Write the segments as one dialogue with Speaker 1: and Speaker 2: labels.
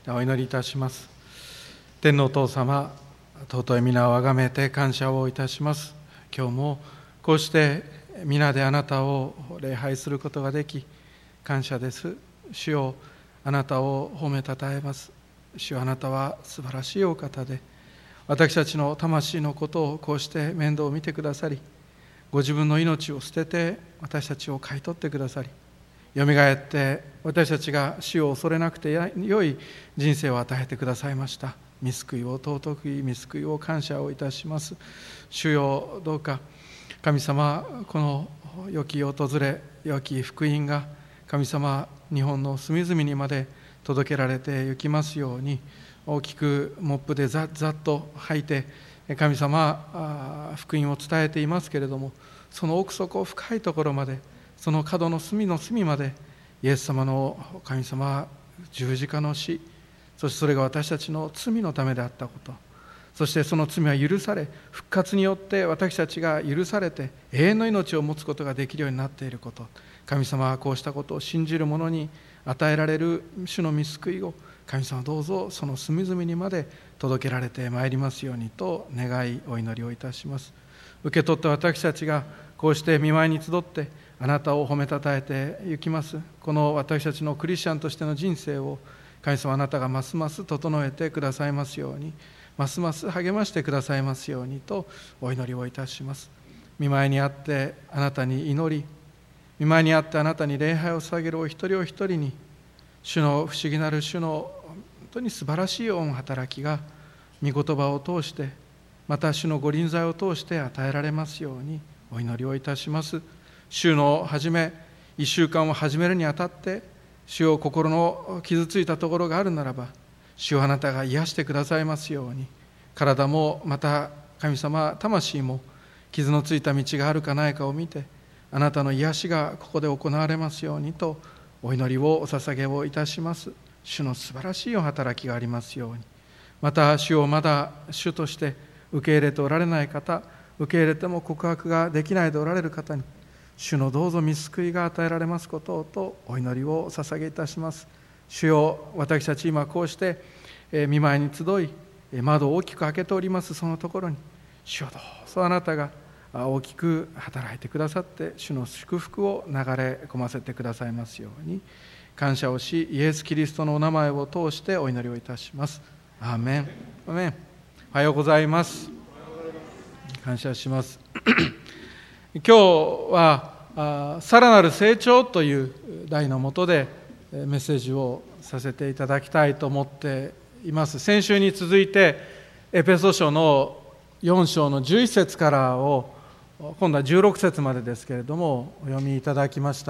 Speaker 1: お祈りいたします。天のお父様、尊い皆をあがめて感謝をいたします。今日もこうして皆であなたを礼拝することができ感謝です。主よ、あなたを褒めたたえます。主よ、あなたは素晴らしいお方で、私たちの魂のことをこうして面倒を見てくださり、ご自分の命を捨てて私たちを買い取ってくださり、よみがえって私たちが死を恐れなくてよい人生を与えてくださいました。御救いを尊く御救いを感謝をいたします。主よ、どうか神様、この良き訪れ、良き福音が神様、日本の隅々にまで届けられてゆきますように、大きくモップでざっざっと吐いて神様、福音を伝えていますけれども、その奥底深いところまで、その角の隅の隅まで、イエス様の神様十字架の死、そしてそれが私たちの罪のためであったこと、そしてその罪は許され、復活によって私たちが許されて永遠の命を持つことができるようになっていること、神様はこうしたことを信じる者に与えられる主の御救いを、神様どうぞその隅々にまで届けられてまいりますようにと願いお祈りをいたします。受け取った私たちがこうして御前に集ってあなたを褒めたたえてゆきます。この私たちのクリスチャンとしての人生を神様、あなたがますます整えてくださいますように、ますます励ましてくださいますようにとお祈りをいたします。御前にあってあなたに祈り、御前にあってあなたに礼拝を捧げるお一人お一人に、主の不思議なる主の本当に素晴らしい御働きが御言葉を通して、また主のご臨在を通して与えられますようにお祈りをいたします。週の初め、1週間を始めるにあたって、主を心の傷ついたところがあるならば、主をあなたが癒してくださいますように、体もまた神様、魂も傷のついた道があるかないかを見て、あなたの癒しがここで行われますようにとお祈りをお捧げをいたします。主の素晴らしいお働きがありますように、また主をまだ主として受け入れておられない方、受け入れても告白ができないでおられる方に、主のどうぞ御救いが与えられますことをとお祈りをお捧げいたします。主よ、私たち今こうして御前に集い、窓を大きく開けておりますそのところに、主よどうぞあなたが大きく働いてくださって、主の祝福を流れ込ませてくださいますように感謝をし、イエス・キリストのお名前を通してお祈りをいたします。アーメン。アーメン。おはようございます。感謝します今日はさらなる成長という題のもとでメッセージをさせていただきたいと思っています。先週に続いてエペソ書の4章の11節からを今度は16節までですけれどもお読みいただきました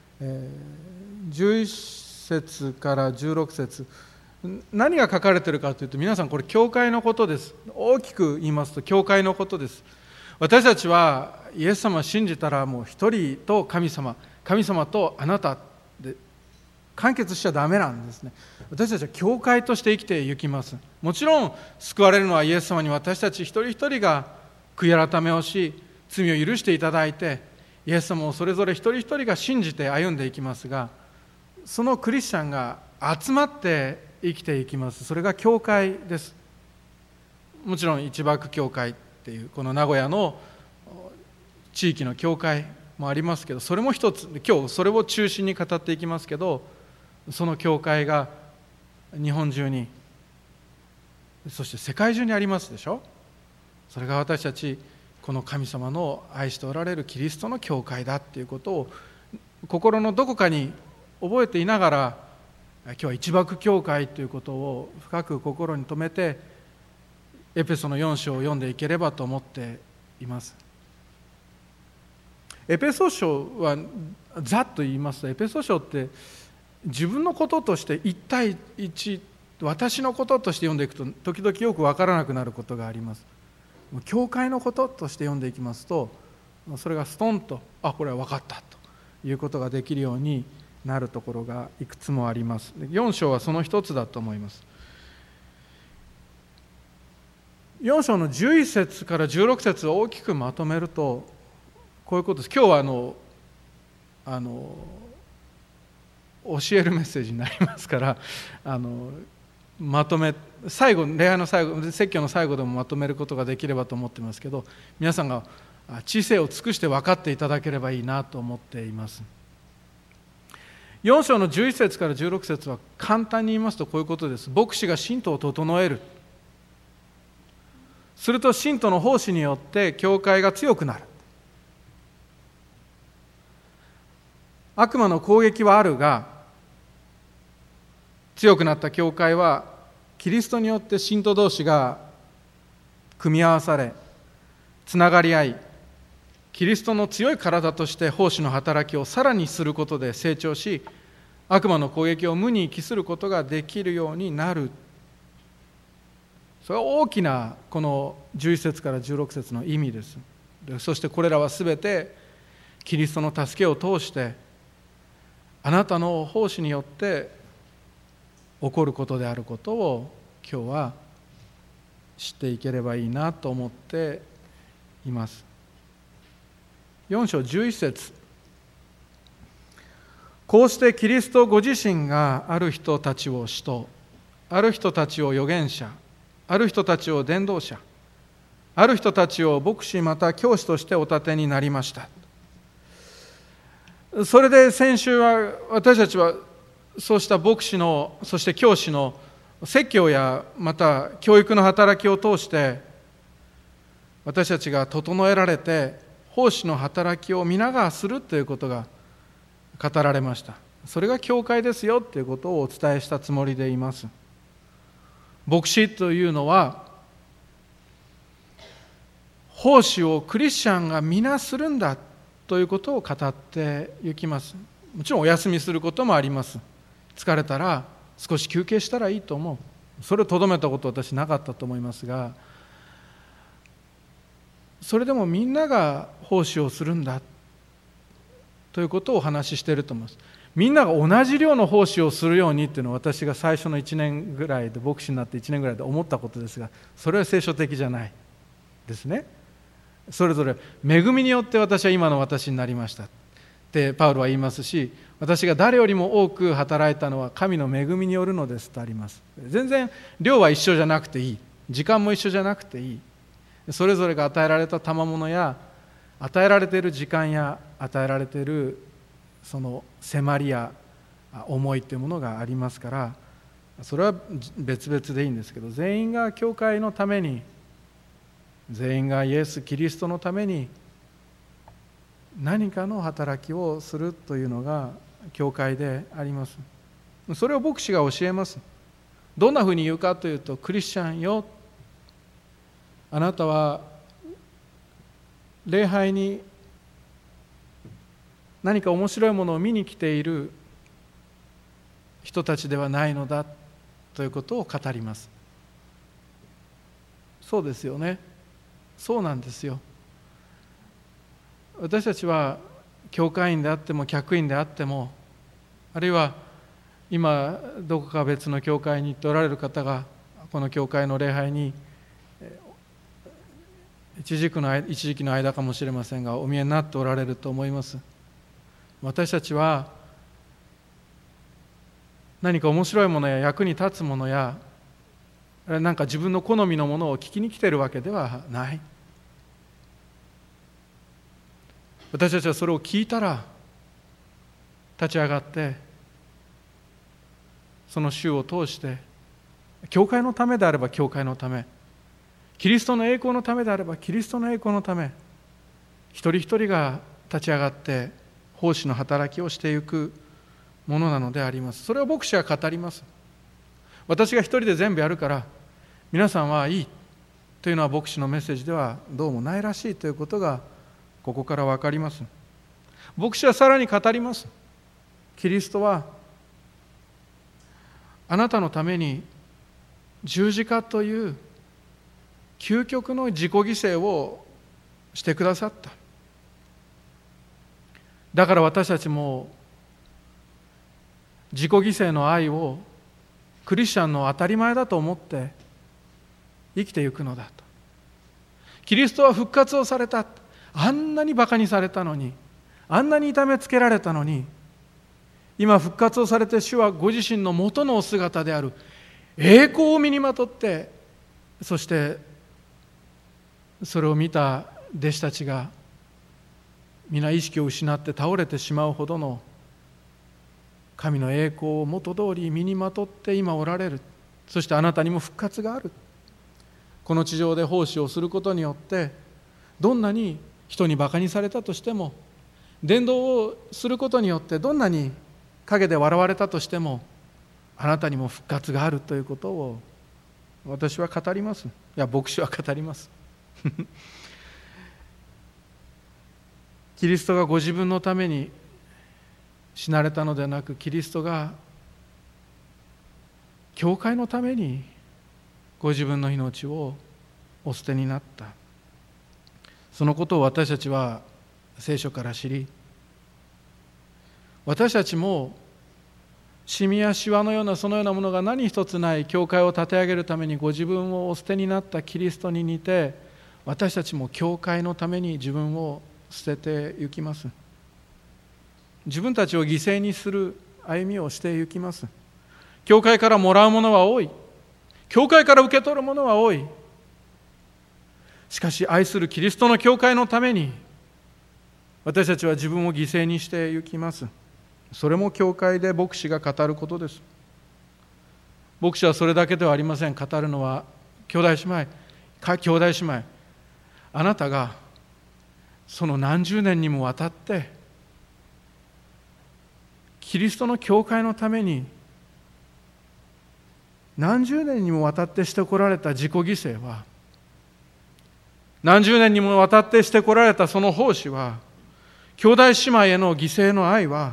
Speaker 1: 。11節から16節、何が書かれているかというと、皆さんこれ教会のことです。大きく言いますと教会のことです。私たちはイエス様を信じたらもう一人と神様、神様とあなたで完結しちゃダメなんですね。私たちは教会として生きていきます。もちろん救われるのはイエス様に私たち一人一人が悔い改めをし、罪を許していただいて、イエス様をそれぞれ一人一人が信じて歩んでいきますが、そのクリスチャンが集まって生きていきます。それが教会です。もちろん一幕教会っていうこの名古屋の地域の教会もありますけど、それも一つ、今日それを中心に語っていきますけど、その教会が日本中に、そして世界中にありますでしょ。それが私たちこの神様の愛しておられるキリストの教会だっていうことを心のどこかに覚えていながら、今日は一幕教会ということを深く心に留めてエペソの4章を読んでいければと思っています。エペソ書はざっと言いますと、エペソ書って自分のこととして1対1、私のこととして読んでいくと時々よく分からなくなることがあります。教会のこととして読んでいきますと、それがストンとこれは分かったということができるようになるところがいくつもあります。4章はその一つだと思います。4章の11節から16節を大きくまとめるとこういうことです。今日は教えるメッセージになりますからまとめ、最後、礼拝の最後、説教の最後でもまとめることができればと思ってますけど、皆さんが知性を尽くして分かっていただければいいなと思っています。4章の11節から16節は簡単に言いますとこういうことです。牧師が信徒を整える。すると信徒の奉仕によって教会が強くなる。悪魔の攻撃はあるが、強くなった教会はキリストによって信徒同士が組み合わされ、つながり合い、キリストの強い体として奉仕の働きをさらにすることで成長し、悪魔の攻撃を無に帰することができるようになる。それは大きなこの11節から16節の意味です。そしてこれらはすべてキリストの助けを通してあなたの奉仕によって起こることであることを今日は知っていければいいなと思っています。4章11節、こうしてキリストご自身がある人たちを使徒、ある人たちを預言者、ある人たちを伝道者、ある人たちを牧師また教師としてお立てになりました。それで先週は私たちはそうした牧師のそして教師の説教やまた教育の働きを通して私たちが整えられて奉仕の働きを皆がするということが語られました。それが教会ですよということをお伝えしたつもりでいます。牧師というのは奉仕をクリスチャンが皆するんだということを語っていきます。もちろんお休みすることもあります。疲れたら少し休憩したらいいと思う。それをとどめたことは私なかったと思いますが、それでもみんなが奉仕をするんだということをお話ししていると思います。みんなが同じ量の奉仕をするようにっていうのは私が最初の1年ぐらいで牧師になって1年ぐらいで思ったことですが、それは聖書的じゃないですね。それぞれ恵みによって私は今の私になりましたってパウロは言いますし、私が誰よりも多く働いたのは神の恵みによるのですとあります。全然量は一緒じゃなくていい、時間も一緒じゃなくていい、それぞれが与えられた賜物や与えられている時間や与えられているその迫りや思いというものがありますから、それは別々でいいんですけど、全員が教会のために、全員がイエス・キリストのために何かの働きをするというのが教会であります。それを牧師が教えます。どんなふうに言うかというと、クリスチャンよ、あなたは礼拝に何か面白いものを見に来ている人たちではないのだということを語ります。そうですよね。そうなんですよ。私たちは教会員であっても客員であっても、あるいは今どこか別の教会に行っておられる方がこの教会の礼拝に一時期の間かもしれませんがお見えになっておられると思います。私たちは何か面白いものや役に立つものやなんか自分の好みのものを聞きに来ているわけではない。私たちはそれを聞いたら立ち上がってその週を通して教会のためであれば教会のため、キリストの栄光のためであればキリストの栄光のため、一人一人が立ち上がって奉仕の働きをしていくものなのであります。それを牧師は語ります。私が一人で全部やるから皆さんはいいというのは牧師のメッセージではどうもないらしいということがここから分かります。牧師はさらに語ります。キリストはあなたのために十字架という究極の自己犠牲をしてくださった。だから私たちも自己犠牲の愛をクリスチャンの当たり前だと思って生きていくのだと。キリストは復活をされた。あんなにバカにされたのに、あんなに痛めつけられたのに、今復活をされて主はご自身の元のお姿である栄光を身にまとって、そしてそれを見た弟子たちが皆意識を失って倒れてしまうほどの神の栄光を元通り身にまとって今おられる。そしてあなたにも復活がある。この地上で奉仕をすることによって、どんなに人にバカにされたとしても、伝道をすることによってどんなに陰で笑われたとしても、あなたにも復活があるということを私は語ります。いや、牧師は語りますキリストがご自分のために死なれたのではなく、キリストが教会のためにご自分の命をお捨てになった。そのことを私たちは聖書から知り、私たちもシミやシワのようなそのようなものが何一つない教会を立て上げるためにご自分をお捨てになったキリストに似て、私たちも教会のために自分を捨ててゆきます。自分たちを犠牲にする歩みをしてゆきます。教会からもらうものは多い。教会から受け取るものは多い。しかし愛するキリストの教会のために私たちは自分を犠牲にしてゆきます。それも教会で牧師が語ることです。牧師はそれだけではありません。語るのは兄弟姉妹、あなたがその何十年にもわたってキリストの教会のために何十年にもわたってしてこられた自己犠牲は、何十年にもわたってしてこられたその奉仕は、兄弟姉妹への犠牲の愛は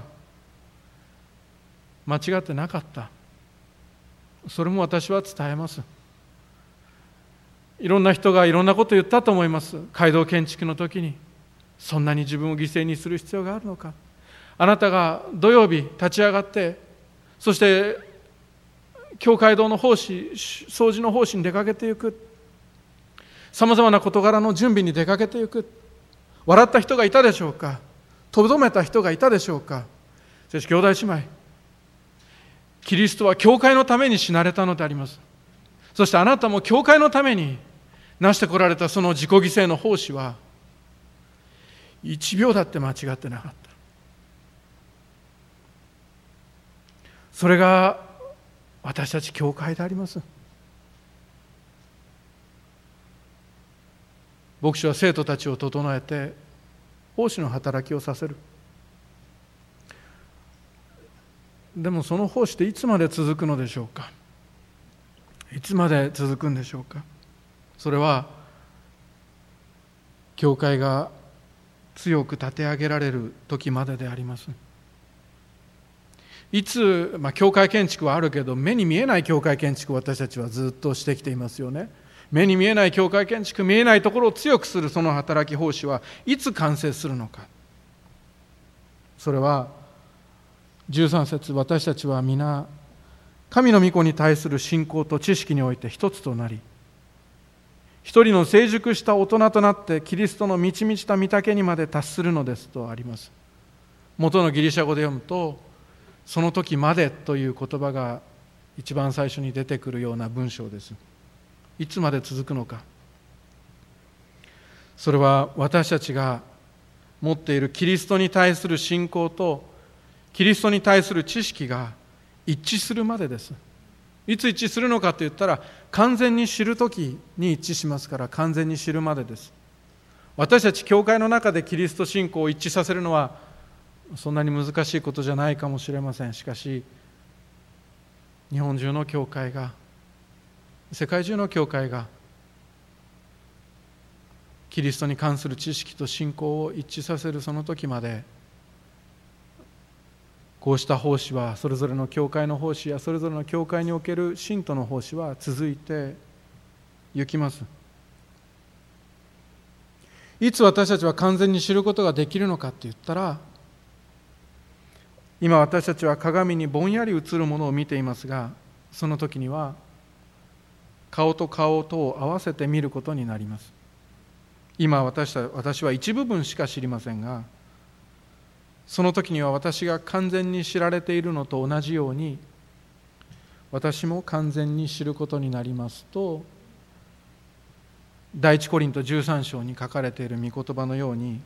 Speaker 1: 間違ってなかった。それも私は伝えます。いろんな人がいろんなことを言ったと思います。街道建築の時に、そんなに自分を犠牲にする必要があるのか。あなたが土曜日立ち上がって、そして教会堂の奉仕、掃除の奉仕に出かけていく。さまざまな事柄の準備に出かけていく。笑った人がいたでしょうか。とどめた人がいたでしょうか。しかし兄弟姉妹、キリストは教会のために死なれたのであります。そしてあなたも教会のためになしてこられたその自己犠牲の奉仕は1秒だって間違ってなかった。それが私たち教会であります。牧師は生徒たちを整えて奉仕の働きをさせる。でもその奉仕っていつまで続くのでしょうか。いつまで続くんでしょうか。それは教会が強く立て上げられる時までであります。いつ、教会建築はあるけど、目に見えない教会建築を私たちはずっとしてきていますよね。目に見えない教会建築、見えないところを強くするその働き奉仕はいつ完成するのか。それは13節、私たちは皆神の御子に対する信仰と知識において一つとなり、一人の成熟した大人となってキリストの満ち満ちた御丈にまで達するのですとあります。元のギリシャ語で読むと、その時までという言葉が一番最初に出てくるような文章です。いつまで続くのか。それは私たちが持っているキリストに対する信仰とキリストに対する知識が一致するまでです。いつ一致するのかといったら、完全に知るときに一致しますから、完全に知るまでです。私たち教会の中でキリスト信仰を一致させるのはそんなに難しいことじゃないかもしれません。しかし日本中の教会が、世界中の教会がキリストに関する知識と信仰を一致させるその時まで、こうした奉仕は、それぞれの教会の奉仕やそれぞれの教会における信徒の奉仕は続いてゆきます。いつ私たちは完全に知ることができるのかって言ったら、今私たちは鏡にぼんやり映るものを見ていますが、その時には顔と顔とを合わせて見ることになります。今私は一部分しか知りませんが、その時には私が完全に知られているのと同じように、 私も完全に知ることになりますと、第一コリント13章に書かれている御言葉のように、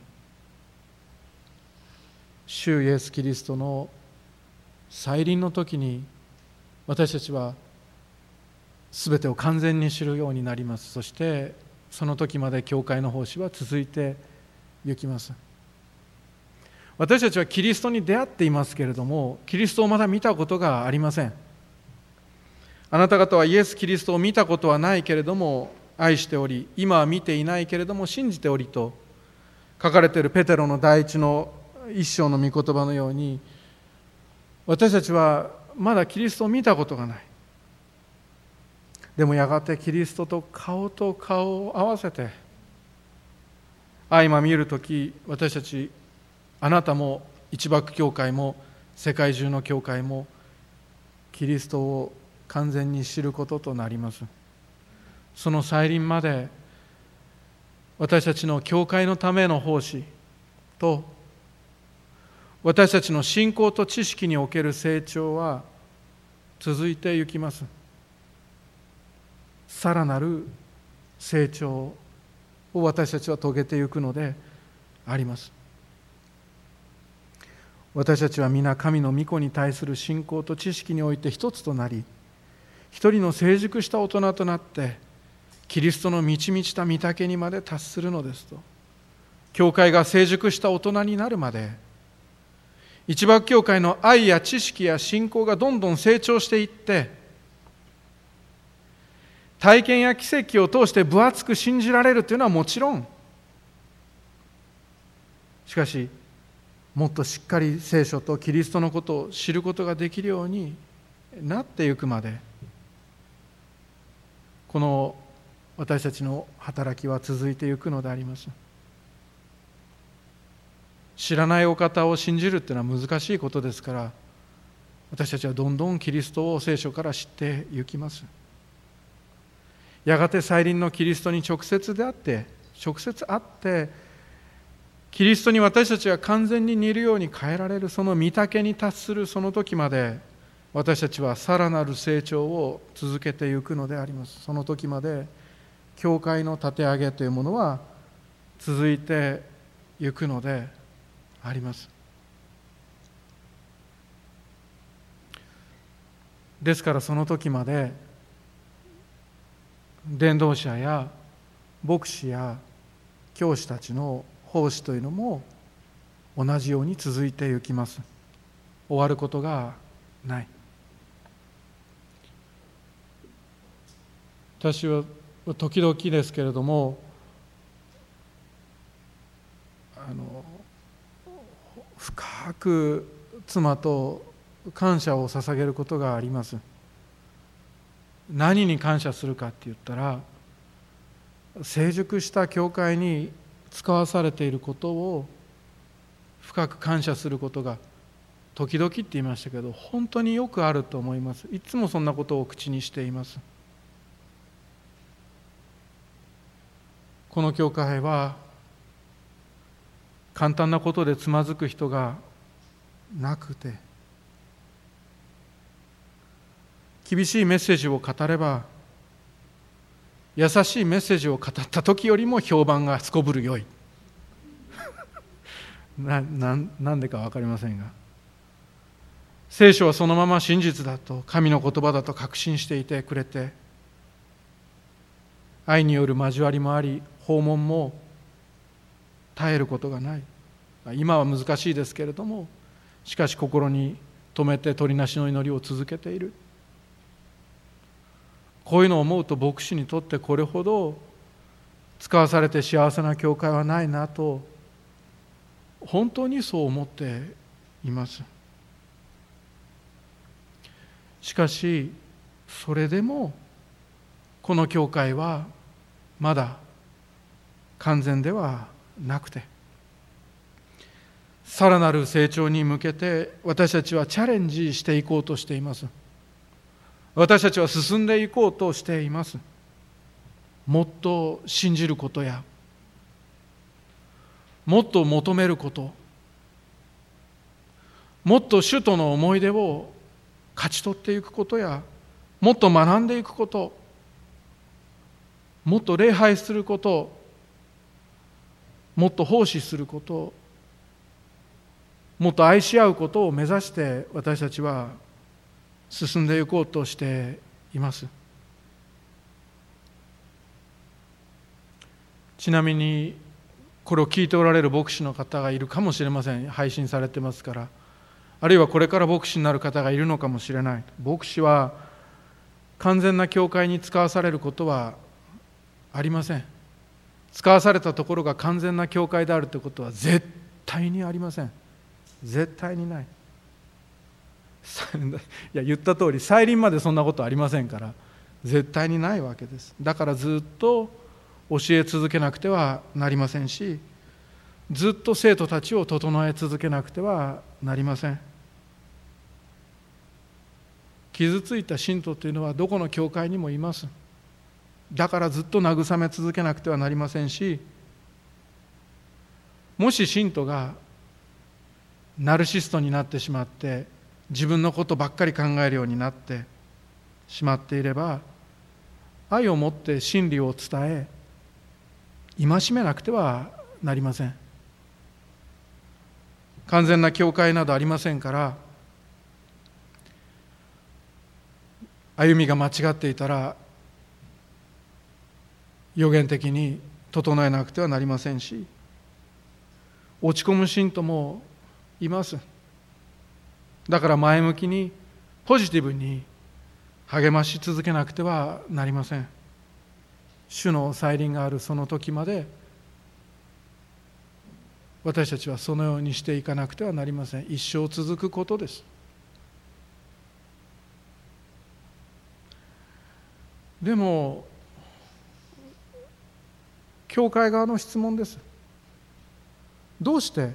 Speaker 1: 主イエス・キリストの再臨の時に私たちは全てを完全に知るようになります。そしてその時まで教会の奉仕は続いていきます。私たちはキリストに出会っていますけれども、キリストをまだ見たことがありません。あなた方はイエス・キリストを見たことはないけれども愛しており、今は見ていないけれども信じておりと書かれているペテロの第一の一章の御言葉のように、私たちはまだキリストを見たことがない。でもやがてキリストと顔を合わせて相まみえるとき、私たち、あなたも一幕教会も世界中の教会もキリストを完全に知ることとなります。その再臨まで私たちの教会のための奉仕と私たちの信仰と知識における成長は続いていきます。さらなる成長を私たちは遂げていくのであります。私たちは皆神の御子に対する信仰と知識において一つとなり、一人の成熟した大人となってキリストの満ち満ちた御岳にまで達するのですと。教会が成熟した大人になるまで、一幕教会の愛や知識や信仰がどんどん成長していって、体験や奇跡を通して分厚く信じられるというのはもちろん、しかしもっとしっかり聖書とキリストのことを知ることができるようになっていくまで、この私たちの働きは続いていくのであります。知らないお方を信じるっていうのは難しいことですから、私たちはどんどんキリストを聖書から知っていきます。やがて再臨のキリストに直接会って、キリストに私たちは完全に似るように変えられる、その御岳に達するその時まで、私たちはさらなる成長を続けていくのであります。その時まで教会の立て上げというものは続いていくのであります。ですからその時まで伝道者や牧師や教師たちの奉仕というのも同じように続いていきます。終わることがない。私は時々ですけれども、深く妻と感謝を捧げることがあります。何に感謝するかって言ったら、成熟した教会に使わされていることを深く感謝することが、時々って言いましたけど本当によくあると思います。いつもそんなことを口にしています。この教会は簡単なことでつまずく人がなくて、厳しいメッセージを語れば優しいメッセージを語った時よりも評判がすこぶる良いなんでか分かりませんが、聖書はそのまま真実だと、神の言葉だと確信していてくれて、愛による交わりもあり、訪問も絶えることがない。今は難しいですけれども、しかし心に留めて取りなしの祈りを続けている。こういうのを思うと、牧師にとってこれほど使わされて幸せな教会はないなと、本当にそう思っています。しかしそれでもこの教会はまだ完全ではなくて、さらなる成長に向けて私たちはチャレンジしていこうとしています。私たちは進んでいこうとしています。もっと信じることや、もっと求めること、もっと主との思い出を勝ち取っていくことや、 もっと学んでいくこと、もっと礼拝すること、もっと奉仕すること、もっと愛し合うことを目指して私たちは進んでいこうとしています。ちなみにこれを聞いておられる牧師の方がいるかもしれません。配信されてますから。あるいはこれから牧師になる方がいるのかもしれない。牧師は完全な教会に使わされることはありません。使わされたところが完全な教会であるということは絶対にありません。絶対にない。いや、言った通り再臨までそんなことありませんから、絶対にないわけです。だからずっと教え続けなくてはなりませんし、ずっと生徒たちを整え続けなくてはなりません。傷ついた信徒というのはどこの教会にもいます。だからずっと慰め続けなくてはなりませんし、もし信徒がナルシストになってしまって自分のことばっかり考えるようになってしまっていれば、愛を持って真理を伝え戒めなくてはなりません。完全な教会などありませんから、歩みが間違っていたら予言的に整えなくてはなりませんし、落ち込む信徒もいます。だから前向きにポジティブに励まし続けなくてはなりません。主の再臨があるその時まで私たちはそのようにしていかなくてはなりません。一生続くことです。でも教会側の質問です。どうして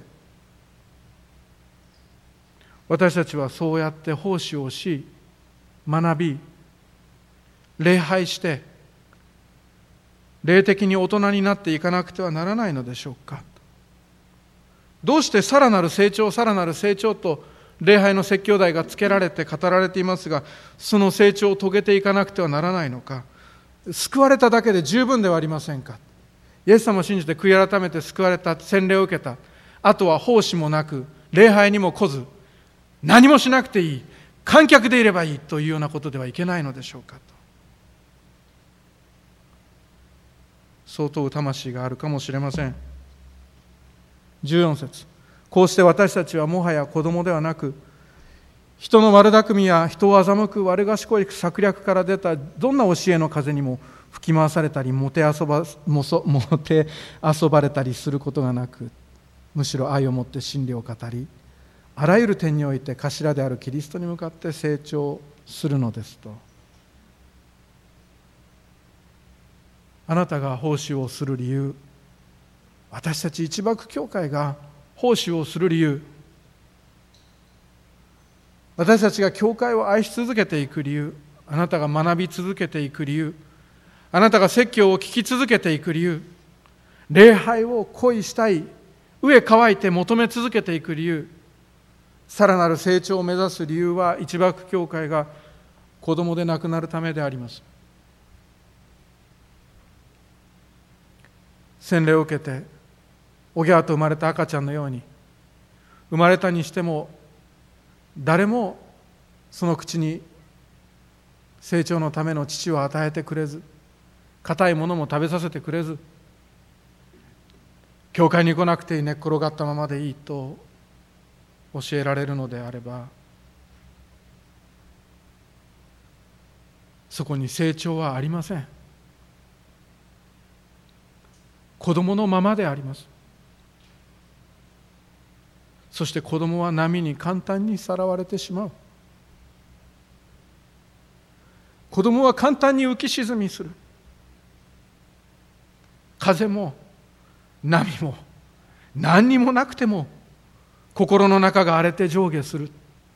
Speaker 1: 私たちはそうやって奉仕をし、学び、礼拝して霊的に大人になっていかなくてはならないのでしょうか。どうしてさらなる成長、さらなる成長と礼拝の説教題がつけられて語られていますが、その成長を遂げていかなくてはならないのか。救われただけで十分ではありませんか。イエス様を信じて悔い改めて救われた、洗礼を受けた、あとは奉仕もなく礼拝にも来ず何もしなくていい、観客でいればいいというようなことではいけないのでしょうかと、そう問う魂があるかもしれません。14節、こうして私たちはもはや子供ではなく、人の悪巧みや人を欺く悪賢い策略から出たどんな教えの風にも吹き回されたりもてあそばれたりすることがなく、むしろ愛をもって真理を語り、あらゆる点において頭であるキリストに向かって成長するのですと。あなたが奉仕をする理由、私たち一幕教会が奉仕をする理由、私たちが教会を愛し続けていく理由、あなたが学び続けていく理由、あなたが説教を聞き続けていく理由、礼拝を恋したい、飢え渇いて求め続けていく理由、さらなる成長を目指す理由は、一幕教会が子供でなくなるためであります。洗礼を受けておぎゃーと生まれた赤ちゃんのように、生まれたにしても誰もその口に成長のための乳を与えてくれず、硬いものも食べさせてくれず、教会に来なくていい、寝っ転がったままでいいと教えられるのであれば、そこに成長はありません。子供のままであります。そして子供は波に簡単にさらわれてしまう。子供は簡単に浮き沈みする。風も波も何にもなくても心の中が荒れて上下する。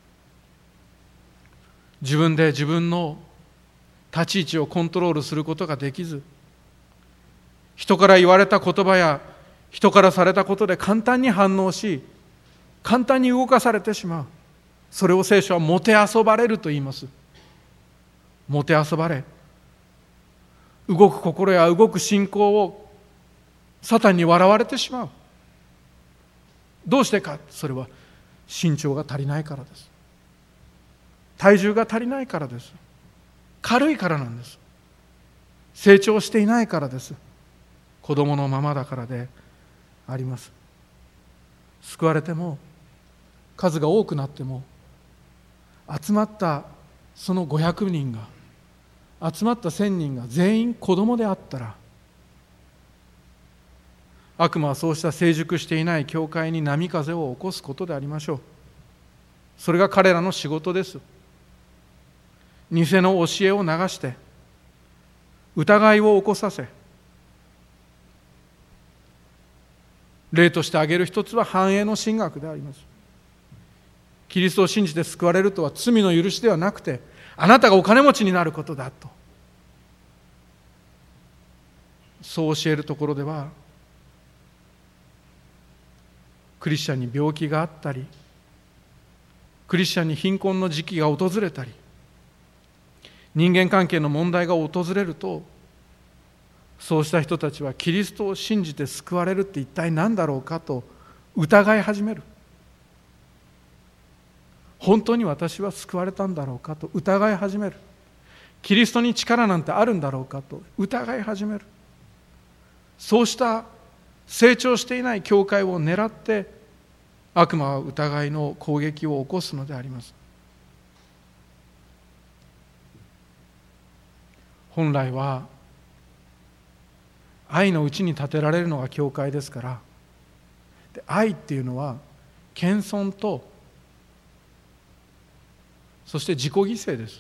Speaker 1: 自分で自分の立ち位置をコントロールすることができず、人から言われた言葉や人からされたことで簡単に反応し、簡単に動かされてしまう。それを聖書はもてあそばれると言います。 もてあそばれ、動く心や動く信仰をサタンに笑われてしまう。どうしてか。それは身長が足りないからです。体重が足りないからです。軽いからなんです。成長していないからです。子供のままだからであります。救われても数が多くなっても、集まったその500人が、集まった1000人が全員子供であったら、悪魔はそうした成熟していない教会に波風を起こすことでありましょう。それが彼らの仕事です。偽の教えを流して疑いを起こさせ、例として挙げる一つは繁栄の神学であります。キリストを信じて救われるとは罪の許しではなくて、あなたがお金持ちになることだと、そう教えるところでは、クリスチャンに病気があったり、クリスチャンに貧困の時期が訪れたり、人間関係の問題が訪れると、そうした人たちはキリストを信じて救われるって一体何だろうかと疑い始める。本当に私は救われたんだろうかと疑い始める。キリストに力なんてあるんだろうかと疑い始める。そうした成長していない教会を狙って悪魔は疑いの攻撃を起こすのであります。本来は愛のうちに立てられるのが教会ですから、愛っていうのは謙遜と、そして自己犠牲です。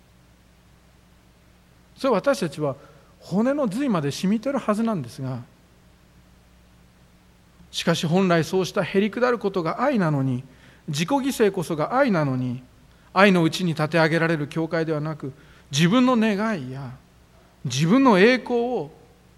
Speaker 1: それは私たちは骨の髄まで染みてるはずなんですが、しかし本来そうしたへりくだることが愛なのに、自己犠牲こそが愛なのに、愛のうちに立て上げられる教会ではなく、自分の願いや自分の栄光を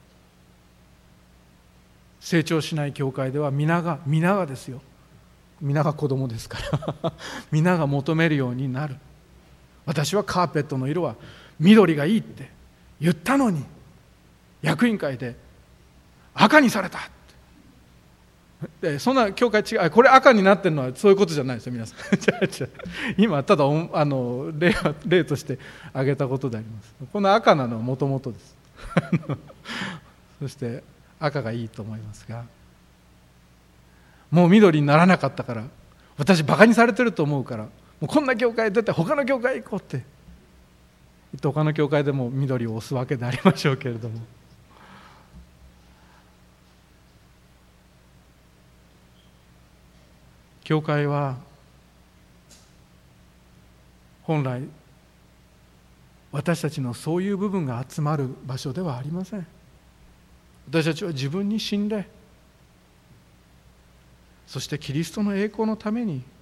Speaker 1: 成長しない教会では皆がですよ、皆が子供ですから皆が求めるようになる。私はカーペットの色は緑がいいって言ったのに、役員会で赤にされたって。でそんな教会違う。これ赤になってるのはそういうことじゃないですよ皆さん今ただ例として挙げたことであります。この赤なのはもともとですそして赤がいいと思いますが、もう緑にならなかったから、私バカにされてると思うから、もうこんな教会出て他の教会行こうって言って他の教会でも緑を押すわけでありましょうけれども、教会は本来私たちのそういう部分が集まる場所ではありません。私たちは自分に死んで、そしてキリストの栄光のために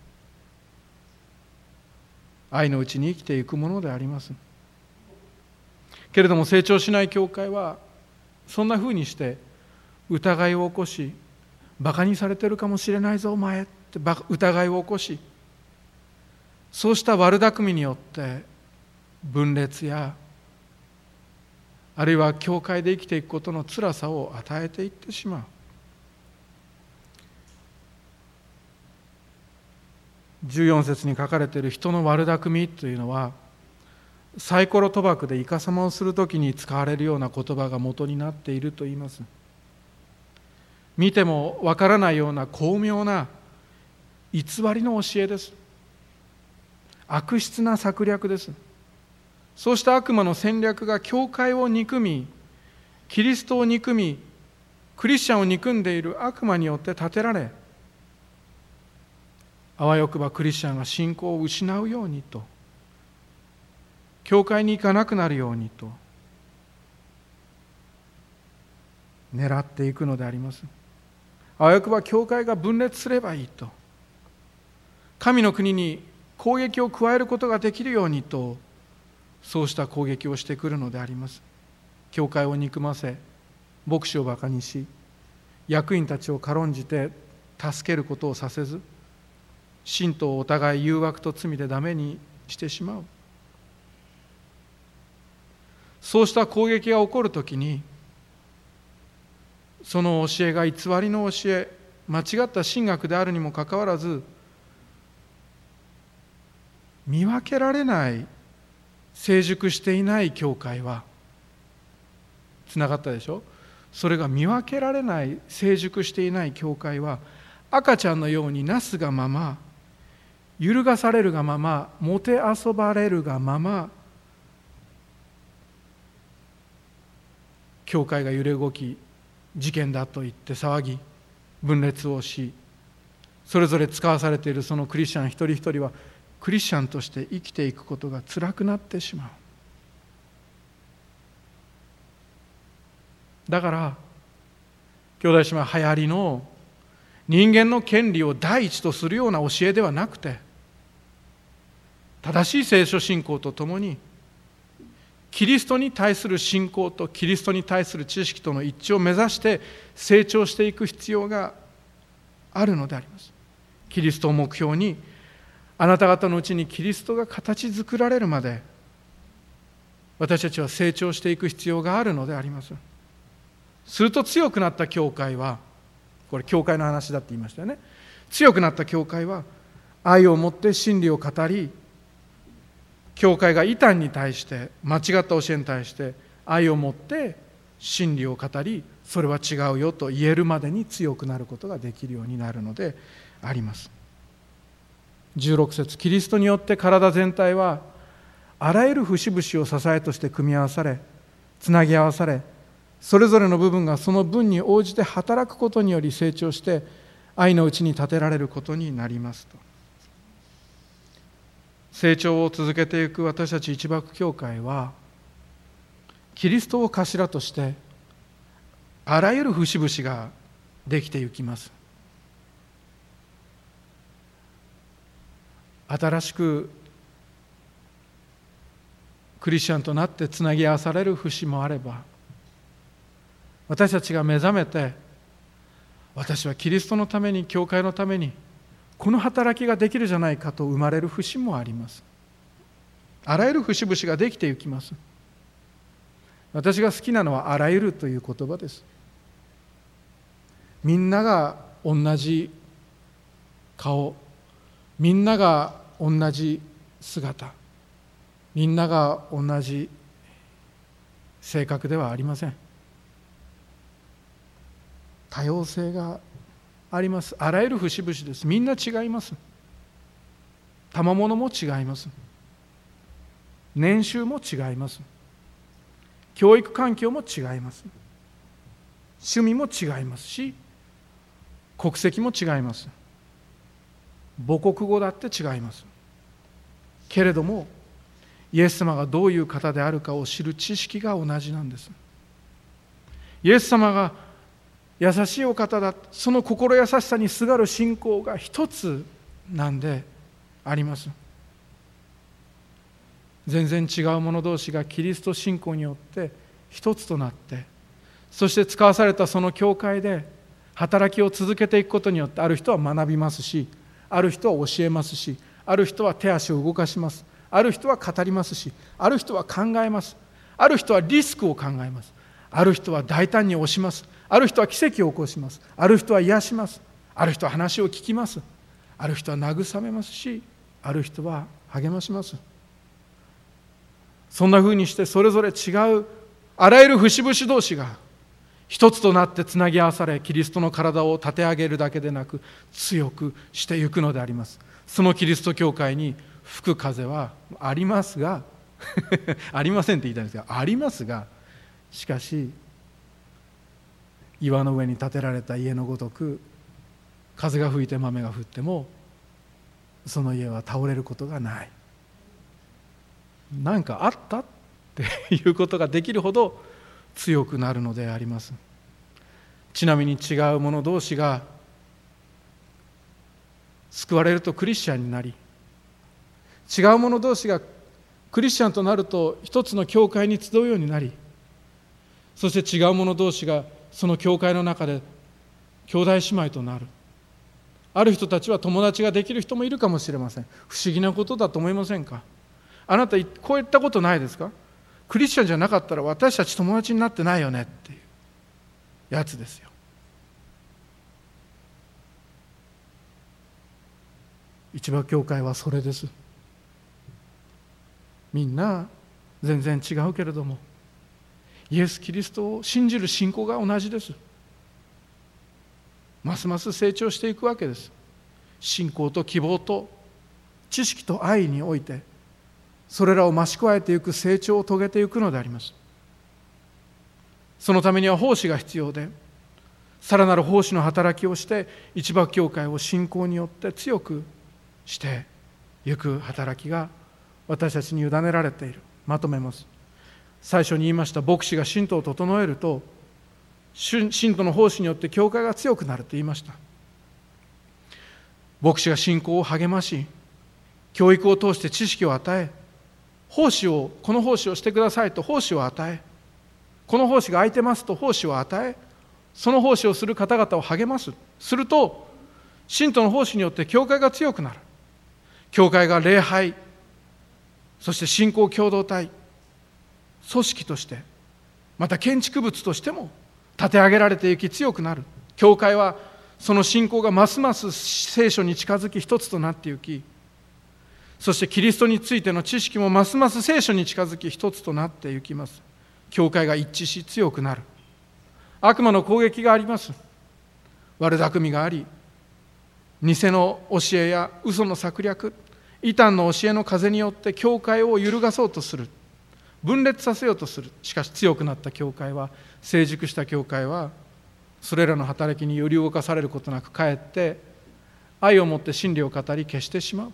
Speaker 1: 愛のうちに生きていくものであります。けれども成長しない教会はそんなふうにして疑いを起こし、バカにされてるかもしれないぞお前って疑いを起こし、そうした悪巧みによって分裂やあるいは教会で生きていくことの辛さを与えていってしまう。14節に書かれている人の悪巧みというのは、サイコロ賭博でイカサマをするときに使われるような言葉が元になっていると言います。見てもわからないような巧妙な偽りの教えです。悪質な策略です。そうした悪魔の戦略が教会を憎み、キリストを憎み、クリスチャンを憎んでいる悪魔によって立てられ、あわよくばクリスチャンが信仰を失うようにと、教会に行かなくなるようにと狙っていくのであります。あわよくば教会が分裂すればいいと、神の国に攻撃を加えることができるようにと、そうした攻撃をしてくるのであります。教会を憎ませ、牧師をバカにし、役員たちを軽んじて助けることをさせず、信徒をお互い誘惑と罪でダメにしてしまう。 そうした攻撃が起こるときに、その教えが偽りの教え、間違った神学であるにもかかわらず、見分けられない、成熟していない教会は、つながったでしょ。それが見分けられない、成熟していない教会は、赤ちゃんのようになすがまま、揺るがされるがまま、もてあそばれるがまま、教会が揺れ動き、事件だと言って騒ぎ、分裂をし、それぞれ使わされているそのクリスチャン一人一人はクリスチャンとして生きていくことが辛くなってしまう。だから兄弟姉妹、流行りの人間の権利を第一とするような教えではなくて、正しい聖書信仰とともにキリストに対する信仰とキリストに対する知識との一致を目指して成長していく必要があるのであります。キリストを目標に、あなた方のうちにキリストが形作られるまで私たちは成長していく必要があるのであります。すると強くなった教会は、これ教会の話だって言いましたよね。強くなった教会は愛を持って真理を語り、教会が異端に対して、間違った教えに対して愛を持って真理を語り、それは違うよと言えるまでに強くなることができるようになるのであります。16節、キリストによって体全体はあらゆる節々を支えとして組み合わされ、つなぎ合わされ、それぞれの部分がその分に応じて働くことにより成長して愛のうちに立てられることになりますと。成長を続けていく私たち一幕教会は、キリストを頭としてあらゆる節々ができていきます。新しくクリスチャンとなってつなぎ合わされる節もあれば、私たちが目覚めて、私はキリストのために、教会のためにこの働きができるじゃないかと生まれる節もあります。あらゆる節々ができていきます。私が好きなのはあらゆるという言葉です。みんなが同じ顔、みんなが同じ姿、みんなが同じ性格ではありません。多様性があります。あらゆる節々です。みんな違います。賜物も違います。年収も違います。教育環境も違います。趣味も違いますし、国籍も違います。母国語だって違います。けれどもイエス様がどういう方であるかを知る知識が同じなんです。イエス様が優しいお方だ、その心優しさにすがる信仰が一つなんであります。全然違う者同士がキリスト信仰によって一つとなって、そして使わされたその教会で働きを続けていくことによって、ある人は学びますし、ある人は教えますし、ある人は手足を動かします、ある人は語りますし、ある人は考えます、ある人はリスクを考えます、ある人は大胆に押します、ある人は奇跡を起こします、ある人は癒します、ある人は話を聞きます、ある人は慰めますし、ある人は励まします。そんなふうにしてそれぞれ違うあらゆる節々同士が一つとなってつなぎ合わされ、キリストの体を立て上げるだけでなく強くしていくのであります。そのキリスト教会に吹く風はありますがありませんって言いたいんですが、ありますが、しかし岩の上に建てられた家のごとく、風が吹いて豆が降ってもその家は倒れることがない。何かあったっていうことができるほど強くなるのであります。ちなみに違う者同士が救われるとクリスチャンになり、違う者同士がクリスチャンとなると一つの教会に集うようになり、そして違う者同士がその教会の中で兄弟姉妹となる。ある人たちは友達ができる人もいるかもしれません。不思議なことだと思いませんか？あなたこういったことないですか？ クリスチャンじゃなかったら私たち友達になってないよねっていうやつですよ。市場教会はそれです。みんな全然違うけれども、イエス・キリストを信じる信仰が同じです。ますます成長していくわけです。信仰と希望と知識と愛において、それらを増し加えていく成長を遂げていくのであります。そのためには奉仕が必要で、さらなる奉仕の働きをして、市場教会を信仰によって強くしていく働きが私たちに委ねられている。まとめます。最初に言いました、牧師が信徒を整えると、信徒の奉仕によって教会が強くなると言いました。牧師が信仰を励まし、教育を通して知識を与え、この奉仕をしてくださいと奉仕を与え、この奉仕が空いてますと奉仕を与え、その奉仕をする方々を励ます。すると、信徒の奉仕によって教会が強くなる。教会が礼拝、そして信仰共同体、組織として、また建築物としても立て上げられていき強くなる。教会はその信仰がますます聖書に近づき一つとなっていき、そしてキリストについての知識もますます聖書に近づき一つとなっていきます。教会が一致し強くなる。悪魔の攻撃があります。悪巧みがあり、偽の教えや嘘の策略、異端の教えの風によって教会を揺るがそうとする。分裂させようとする。しかし強くなった教会は、成熟した教会は、それらの働きに揺り動かされることなく、かえって愛をもって真理を語り消してしまう。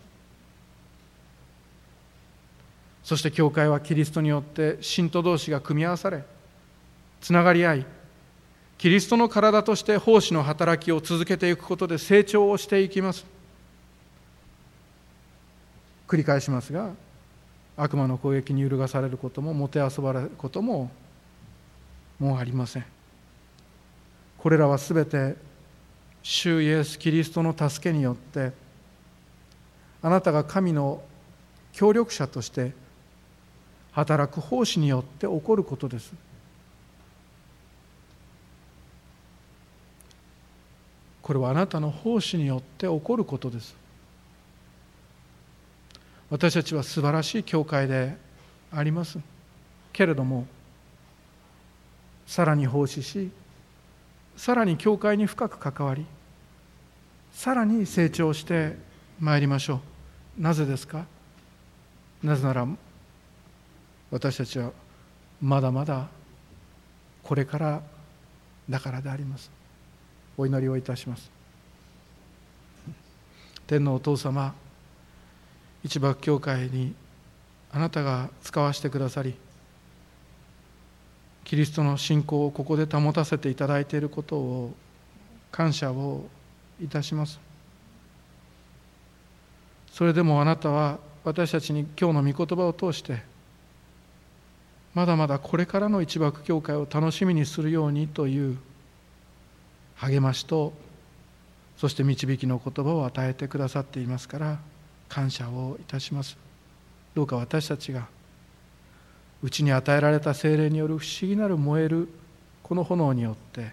Speaker 1: そして教会はキリストによって信徒同士が組み合わされ、つながり合い、キリストの体として奉仕の働きを続けていくことで成長をしていきます。繰り返しますが、悪魔の攻撃に揺るがされることも、もてあそばれることももうありません。これらはすべて主イエス・キリストの助けによって、あなたが神の協力者として働く奉仕によって起こることです。これはあなたの奉仕によって起こることです。私たちは素晴らしい教会でありますけれども、さらに奉仕し、さらに教会に深く関わり、さらに成長してまいりましょう。なぜですか？なぜなら私たちはまだまだこれからだからであります。お祈りをいたします。天のお父様、市場教会にあなたが使わせてくださり、キリストの信仰をここで保たせていただいていることを感謝をいたします。それでもあなたは私たちに今日の御言葉を通して、まだまだこれからの市場教会を楽しみにするようにという励ましと、そして導きの言葉を与えてくださっていますから感謝をいたします。どうか私たちがうちに与えられた聖霊による不思議なる燃えるこの炎によって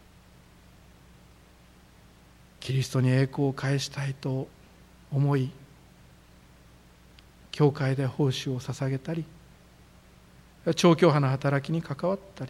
Speaker 1: キリストに栄光を返したいと思い、教会で奉仕を捧げたり、調教派の働きに関わったり、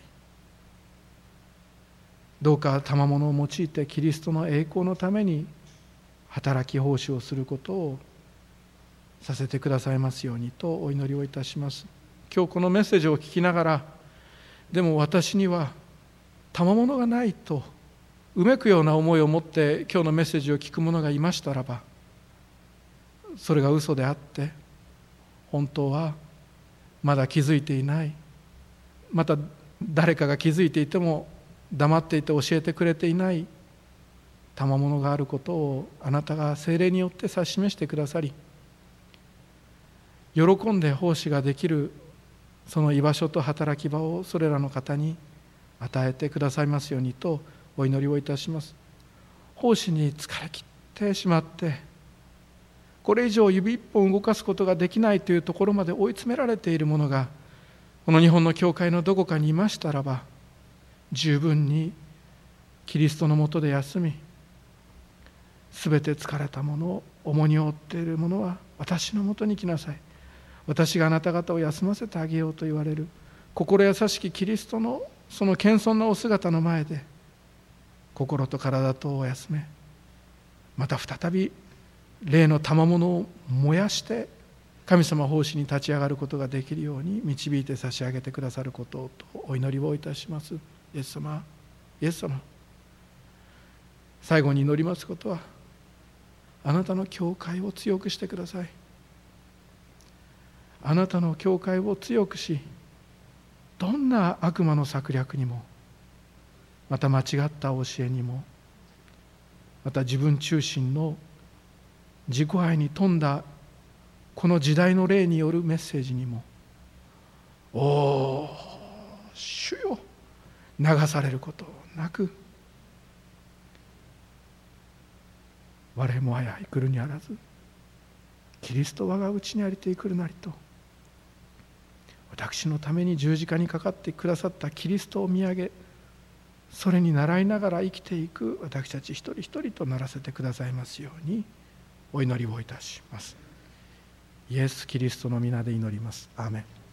Speaker 1: どうか賜物を用いてキリストの栄光のために働き奉仕をすることをさせてくださいますようにとお祈りをいたします。今日このメッセージを聞きながら、でも私には賜物がないとうめくような思いを持って今日のメッセージを聞く者がいましたらば、それが嘘であって本当はまだ気づいていない、また誰かが気づいていても黙っていて教えてくれていない賜物があることをあなたが聖霊によって指し示してくださり、喜んで奉仕ができるその居場所と働き場をそれらの方に与えてくださいますようにとお祈りをいたします。奉仕に疲れ切ってしまって、これ以上指一本動かすことができないというところまで追い詰められているものがこの日本の教会のどこかにいましたらば、十分にキリストのもとで休み、すべて疲れたもの、重荷を負っているものは私のもとに来なさい。私があなた方を休ませてあげようと言われる心優しきキリストのその謙遜なお姿の前で、心と体とを休め、また再び霊の賜物を燃やして神様奉仕に立ち上がることができるように導いて差し上げてくださることをとお祈りをいたします。イエス様、イエス様、最後に祈りますことは、あなたの教会を強くしてください。あなたの教会を強くし、どんな悪魔の策略にも、また間違った教えにも、また自分中心の自己愛に富んだこの時代の霊によるメッセージにも、主よ、流されることなく、我もあやいくるにあらず、キリスト我がうちにありていくるなりと、私のために十字架にかかってくださったキリストを見上げ、それに倣いながら生きていく私たち一人一人とならせてくださいますようにお祈りをいたします。イエス・キリストの皆で祈ります。アーメン。